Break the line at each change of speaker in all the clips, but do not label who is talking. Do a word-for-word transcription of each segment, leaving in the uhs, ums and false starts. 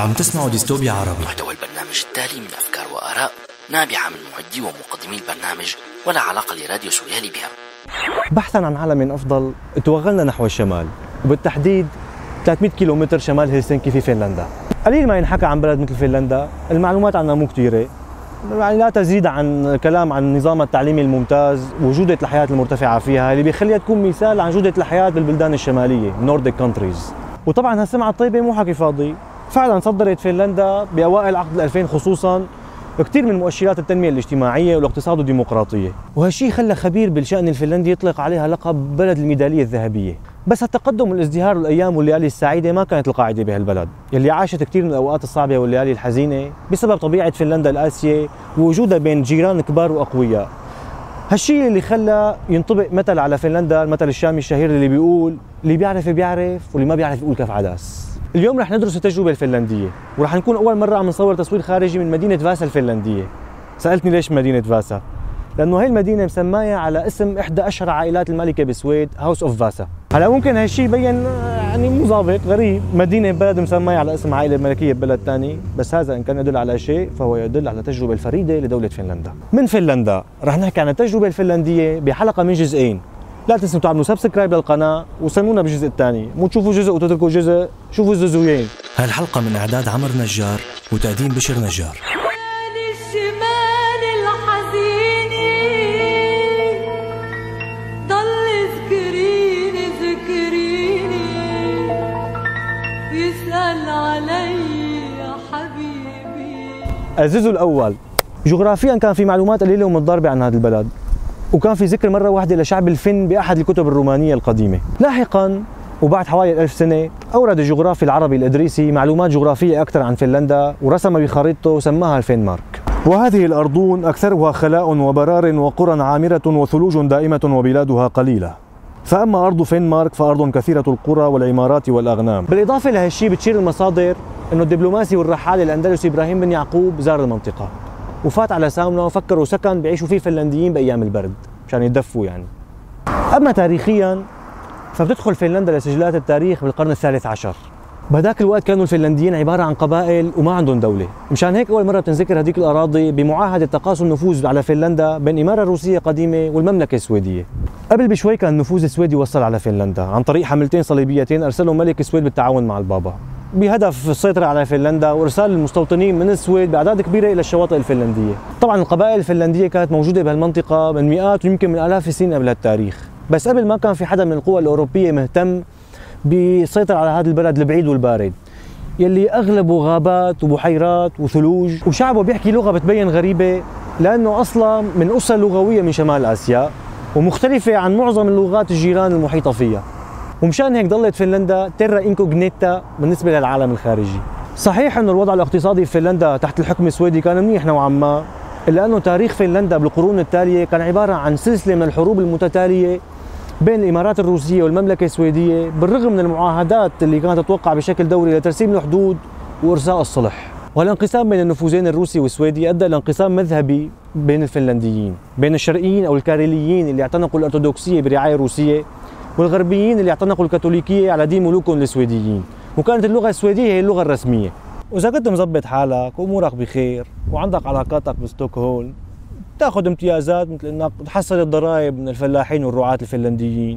عم تسمعوا ديستوبيا عربي.
محتوى البرنامج التالي من أفكار وآراء نابعة من معدي ومقدمي البرنامج ولا علاقة لراديو سوريالي بها.
بحثاً عن عالم أفضل توغلنا نحو الشمال، وبالتحديد ثلاثمئة كيلومتر شمال هلسنكي في فنلندا. قليل ما ينحكى عن بلد مثل فنلندا، المعلومات عنها مو كثيرة، يعني لا تزيد عن كلام عن نظام التعليمي الممتاز وجودة الحياة المرتفعة فيها اللي بيخليها تكون مثال عن جودة الحياة بالبلدان الشمالية Nordic countries. وطبعاً هالسمعة الطيبة مو حكي فاضي، فعلاً صدرت فنلندا بأوائل عقد الألفين خصوصاً كثير من مؤشرات التنمية الاجتماعية والاقتصاد والديمقراطية، وهالشيء خلى خبير بالشأن الفنلندي يطلق عليها لقب بلد الميدالية الذهبية. بس التقدم والازدهار والايام والليالي السعيده ما كانت القاعده بهالبلد، يلي عاشت كثير من الاوقات الصعبه والليالي الحزينه بسبب طبيعه فنلندا القاسيه ووجودها بين جيران كبار واقوياء. هالشيء اللي خلى ينطبق مثل على فنلندا، المثل الشامي الشهير اللي بيقول اللي بيعرف بيعرف واللي ما بيعرف يقول كيف عداس. اليوم رح ندرس التجربه الفنلنديه، ورح نكون اول مره عم نصور تصوير خارجي من مدينه فاسا الفنلنديه. سالتني ليش مدينه فاسا؟ لانه هي المدينه مسمايه على اسم احدى اشهر عائلات الملكه بالسويد، هاوس اوف فاسا. هلا ممكن هالشيء يبين يعني مو ظابط، غريب، مدينه بلد مسمايه على اسم عائله ملكيه ببلد ثاني، بس هذا ان كان يدل على شيء فهو يدل على التجربه الفريده لدوله فنلندا. من فنلندا رح نحكي عن التجربه الفنلنديه بحلقه من جزئين. لا تنسوا تعملوا سبسكرايب للقناه وسمونا بالجزء الثاني، مو تشوفوا جزء وتتركوا جزء، شوفوا الزوزوين.
هالحلقه من اعداد عمر نجار وتقديم بشر نجار.
الجزء الأول جغرافياً كان في معلومات قليلة ومتضاربة عن هذا البلد، وكان في ذكر مرة واحدة لشعب الفن بأحد الكتب الرومانية القديمة. لاحقاً وبعد حوالي ألف سنة أورد الجغرافي العربي الإدريسي معلومات جغرافية أكثر عن فنلندا ورسم بخريطته وسماها الفنمارك. وهذه الأرضون أكثرها خلاء وبرار وقرى عامرة وثلوج دائمة وبلادها قليلة. فأما أرض فنمارك فأرض كثيرة القرى والعمارات والأغنام. بالإضافة لهالشيء بتشير المصادر إنه الدبلوماسي والرحال الأندلسي إبراهيم بن يعقوب زار المنطقة وفات على ساونا وفكروا سكن بيعيشوا فيه الفنلنديين بأيام البرد مشان يدفوا يعني. أما تاريخياً فبتدخل فنلندا لسجلات التاريخ بالقرن الثالث عشر. بهداك الوقت كانوا الفنلنديين عبارة عن قبائل وما عندهم دولة، مشان هيك أول مرة بتنذكر هذيك الأراضي بمعاهدة تقاسم النفوذ على فنلندا بين الإمارة الروسية القديمة والمملكة السويدية. قبل بشوي كان النفوذ السويدي وصل على فنلندا عن طريق حملتين صليبيتين أرسلهم ملك السويد بالتعاون مع البابا بهدف السيطرة على فنلندا وإرسال المستوطنين من السويد بأعداد كبيرة إلى الشواطئ الفنلندية. طبعا القبائل الفنلندية كانت موجودة بهالمنطقة من مئات ويمكن من آلاف السنين قبل التاريخ، بس قبل ما كان في حدا من القوى الأوروبية مهتم بالسيطرة على هذا البلد البعيد والبارد يلي أغلبه غابات وبحيرات وثلوج، وشعبه بيحكي لغة بتبين غريبة لأنه أصلا من أسر لغوية من شمال آسيا ومختلفة عن معظم اللغات الجيران المحيطة فيها، ومشان هيك ضلت فنلندا تيرا انكوغنيتا بالنسبة للعالم الخارجي. صحيح أنه الوضع الاقتصادي في فنلندا تحت الحكم السويدي كان منيح نوعا ما، إلا أنه تاريخ فنلندا بالقرون التالية كان عبارة عن سلسلة من الحروب المتتالية بين الإمارات الروسية والمملكة السويدية، بالرغم من المعاهدات اللي كانت تتوقع بشكل دوري لترسيم الحدود وإرساء الصلح. والانقسام بين النفوذين الروسي والسويدي أدى إلى انقسام مذهبي بين الفنلنديين، بين الشرقيين أو الكاريليين اللي اعتنقوا الأرثوذكسية برعاية روسية، والغربيين اللي اعتنقوا الكاثوليكية على دين ملوكهم السويديين، وكانت اللغة السويدية هي اللغة الرسمية. وإذا كنت مزبط حالك وأمورك بخير وعندك علاقاتك بستوكهولم تاخذ امتيازات مثل انك تحصل الضرائب من الفلاحين والرعاة الفنلنديين،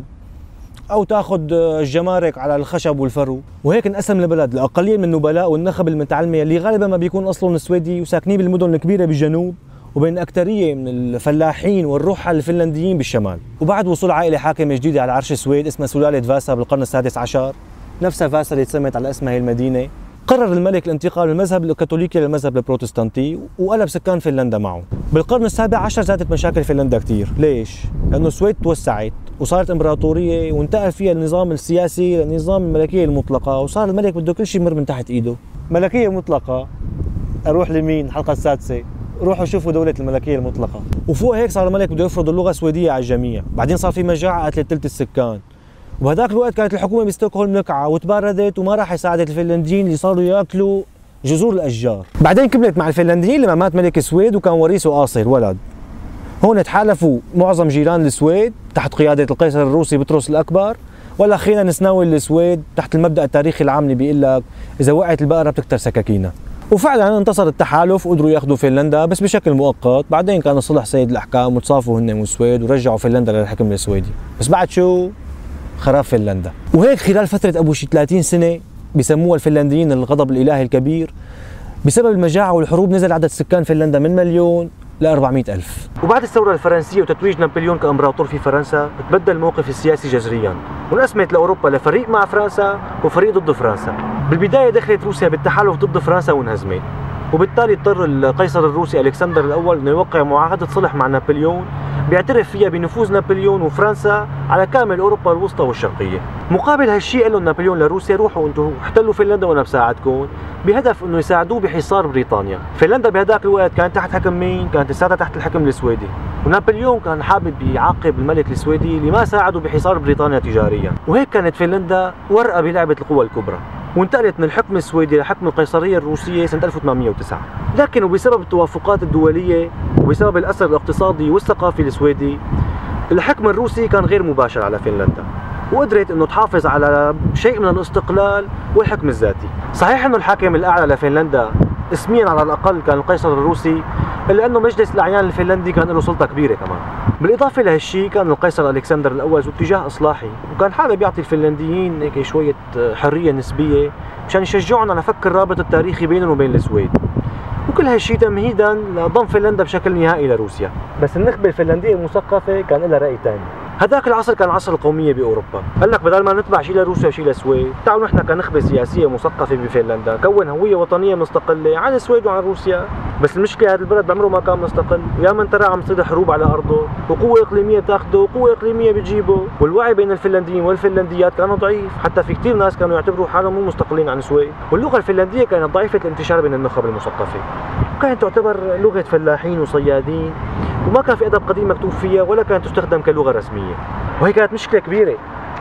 او تاخذ الجمارك على الخشب والفرو، وهيك انقسم البلد لاقليه من النبلاء والنخب المتعلمه اللي غالبا ما بيكون اصلهم سويدي وساكنين بالمدن الكبيره بالجنوب، وبين اكثريه من الفلاحين والرحل الفنلنديين بالشمال. وبعد وصول عائله حاكمه جديده على عرش السويد اسمها سلاله فاسا بالقرن السادس عشر، نفسها فاسا اللي تسمت على اسمها هي المدينه، قرر الملك الانتقال من المذهب الكاثوليكي للمذهب البروتستانتي وقلب سكان فنلندا معه. بالقرن السابع عشر زادت مشاكل فنلندا كثير، ليش؟ لأنه السويد توسعت وصارت امبراطورية وانتقل فيها النظام السياسي لنظام الملكية المطلقة، وصار الملك بده كل شيء يمر من تحت ايده. ملكية مطلقة، اروح لمين؟ الحلقة السادسة، روحوا شوفوا دولة الملكية المطلقة. وفوق هيك صار الملك بده يفرض اللغة السويدية على الجميع، بعدين صار في مجاعة قتلت ثلث السكان. وبهذاك الوقت كانت الحكومة بستوكهولم نكعة وتبردت وما راح يساعدت الفنلنديين اللي صاروا ياكلوا جذور الأشجار. بعدين كملت مع الفنلنديين لما مات ملك السويد وكان وريثه قاصر ولد. هون تحالفوا معظم جيران السويد تحت قيادة القيصر الروسي بطرس الأكبر ولا خلينا نسناول السويد تحت المبدأ التاريخي العام اللي بيقول لك إذا وقعت البقرة بتكتر سكاكينها. وفعلا انتصر التحالف وقدروا ياخذوا فنلندا بس بشكل مؤقت، بعدين كان الصلح سيد الأحكام وتصافوا هن والسويد ورجعوا فنلندا للحكم السويدي، بس بعد شو؟ خراب فنلندا. وهيك خلال فترة أبو شي ثلاثين سنة بيسموها الفنلنديين الغضب الإلهي الكبير، بسبب المجاعة والحروب نزل عدد سكان فنلندا من مليون ل أربعمئة ألف. وبعد الثورة الفرنسية وتتويج نابليون كإمبراطور في فرنسا تبدل الموقف السياسي جذريا، وانقسمت لأوروبا لفريق مع فرنسا وفريق ضد فرنسا. بالبداية دخلت روسيا بالتحالف ضد فرنسا وانهزمت، وبالتالي اضطر القيصر الروسي ألكسندر الأول أنه يوقع معاهدة صلح مع نابليون بيعترف فيها بنفوذ نابليون وفرنسا على كامل أوروبا الوسطى والشرقية. مقابل هالشيء قال لهم نابليون لروسيا روحوا انتم احتلوا فنلندا وانا بساعدكم، بهدف انه يساعدوه بحصار بريطانيا. فنلندا بهداك الوقت كانت تحت حكم مين؟ كانت لساتها تحت الحكم السويدي، ونابليون كان حابب يعاقب الملك السويدي اللي ما ساعده بحصار بريطانيا تجاريا. وهيك كانت فنلندا ورقة بلعبة القوى الكبرى، وانتقلت من الحكم السويدي لحكم القيصرية الروسية سنة ألف وثمانمئة وتسعة. لكن وبسبب التوافقات الدولية وبسبب الأثر الاقتصادي والثقافي السويدي، الحكم الروسي كان غير مباشر على فنلندا، وقدرت انه تحافظ على شيء من الاستقلال والحكم الذاتي. صحيح انه الحاكم الاعلى لفنلندا اسميا على الاقل كان القيصر الروسي، الا انه مجلس الاعيان الفنلندي كان له سلطه كبيره كمان. بالاضافه لهالشيء كان القيصر الكسندر الاول ذو اتجاه اصلاحي، وكان حابب يعطي الفنلنديين هيك شويه حريه نسبيه مشان يشجعهم على فك الرابط التاريخي بينهم وبين السويد. وكل هالشيء تمهيدا لضم فنلندا بشكل نهائي لروسيا. بس النخبه الفنلنديه المثقفه كان لها راي ثاني. هذاك العصر كان عصر القوميه باوروبا، قال لك بدل ما نتبع شيء لروسيا وشيء للسويد، تعالوا نحن كنخبه سياسيه مثقفه بفنلندا كون هويه وطنيه مستقله عن السويد وعن روسيا. بس المشكله هذا البلد بعمره ما كان مستقل، ويا من ترى عم تصير حروب على ارضه، وقوه اقليميه بتاخذه وقوه اقليميه بتجيبه، والوعي بين الفنلنديين والفنلنديات كان ضعيف، حتى في كثير ناس كانوا يعتبروا حالهم مو مستقلين عن السويد. واللغه الفنلنديه كانت ضعيفه الانتشار بين النخب المثقفه، وكانت تعتبر لغه فلاحين وصيادين، وما كان في ادب قديم مكتوب فيها ولا كانت تستخدم كلغه رسميه. وهي كانت مشكله كبيره.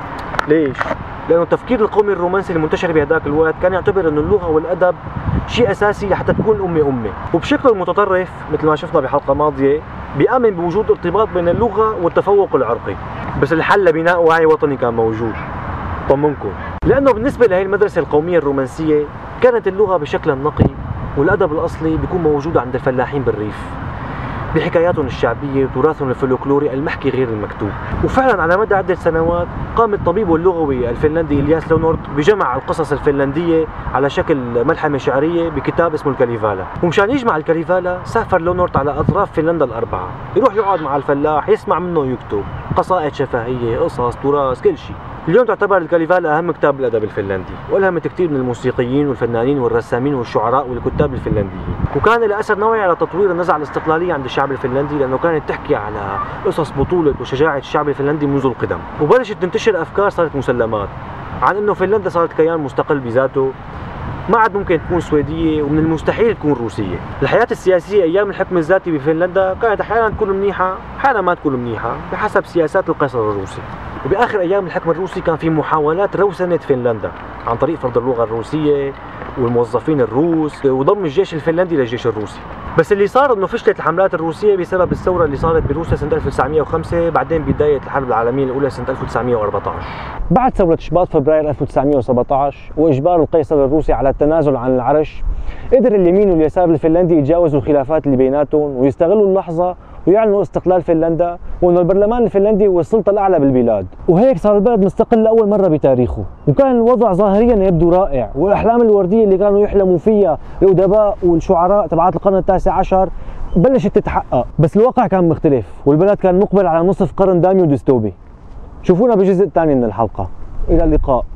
ليش؟ لانه التفكير القومي الرومانسي المنتشر بهذاك الوقت كان يعتبر انه اللغه والادب شيء اساسي لحتى تكون الامه امه، وبشكله المتطرف مثل ما شفنا بحلقه ماضيه بيامن بوجود ارتباط بين اللغه والتفوق العرقي. بس الحل لبناء وعي وطني كان موجود، طمنكم، لانه بالنسبه لهي المدرسه القوميه الرومانسيه كانت اللغه بشكلها النقي والادب الاصلي بيكون موجود عند الفلاحين بالريف بحكاياتهم الشعبيه وتراثهم الفلكلوري المحكي غير المكتوب. وفعلا على مدى عده سنوات قام الطبيب اللغوي الفنلندي إلياس لونورد بجمع القصص الفنلنديه على شكل ملحمه شعريه بكتاب اسمه الكاليفالا. ومشان يجمع الكاليفالا سافر لونورد على اطراف فنلندا الاربعه، يروح يقعد مع الفلاح يسمع منه ويكتب قصائد شفهيه، قصص، تراث، كل شيء. اليوم تعتبر الكاليفالا اهم كتاب بالادب الفنلندي، والهمت كثير من الموسيقيين والفنانين والرسامين والشعراء والكتاب الفنلنديين، وكان له اثر نوعي على تطوير النزعه الاستقلاليه عند الشعب الفنلندي، لانه كانت تحكي على قصص بطوله وشجاعه الشعب الفنلندي منذ القدم. وبلشت تنتشر افكار صارت مسلمات عن انه فنلندا صارت كيان مستقل بذاته، ما عاد ممكن تكون سويديه ومن المستحيل تكون روسيه. الحياه السياسيه ايام الحكم الذاتي بفنلندا كانت احيانا تكون منيحه، احيانا ما تكون منيحه بحسب سياسات القيصر الروسي. وبآخر أيام الحكم الروسي كان في محاولات روسنة فنلندا عن طريق فرض اللغة الروسية والموظفين الروس وضم الجيش الفنلندي للجيش الروسي. بس اللي صار انه فشلت الحملات الروسية بسبب الثورة اللي صارت بروسيا سنة ألف وتسعمئة وخمسة، بعدين بداية الحرب العالمية الأولى سنة ألف وتسعمئة وأربعة عشر. بعد ثورة شباط فبراير ألف وتسعمئة وسبعة عشر وإجبار القيصر الروسي على التنازل عن العرش، قدر اليمين واليسار الفنلندي يتجاوزوا الخلافات اللي بيناتهم ويستغلوا اللحظة ويعلنوا استقلال فنلندا، وانه البرلمان الفنلندي هو السلطه الاعلى بالبلاد، وهيك صار البلد مستقل لاول مره بتاريخه. وكان الوضع ظاهريا يبدو رائع، والاحلام الورديه اللي كانوا يحلموا فيها الادباء والشعراء تبعات القرن التاسع عشر بلشت تتحقق. بس الواقع كان مختلف، والبلد كان مقبل على نصف قرن دامي وديستوبي. شوفونا بالجزء الثاني من الحلقه، الى اللقاء.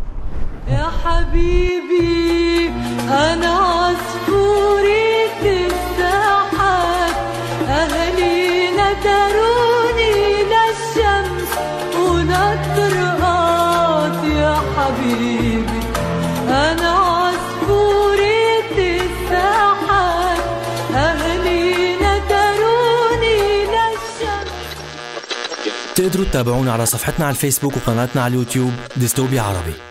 يا حبيبي انا عصفوري الساحات، أهلي ندروني للشمس ونطرقات. يا حبيبي أنا عصفورة الساحات، أهلي ندروني للشمس.
تقدروا تتابعونا على صفحتنا على الفيسبوك وقناتنا على اليوتيوب ديستوبيا عربي.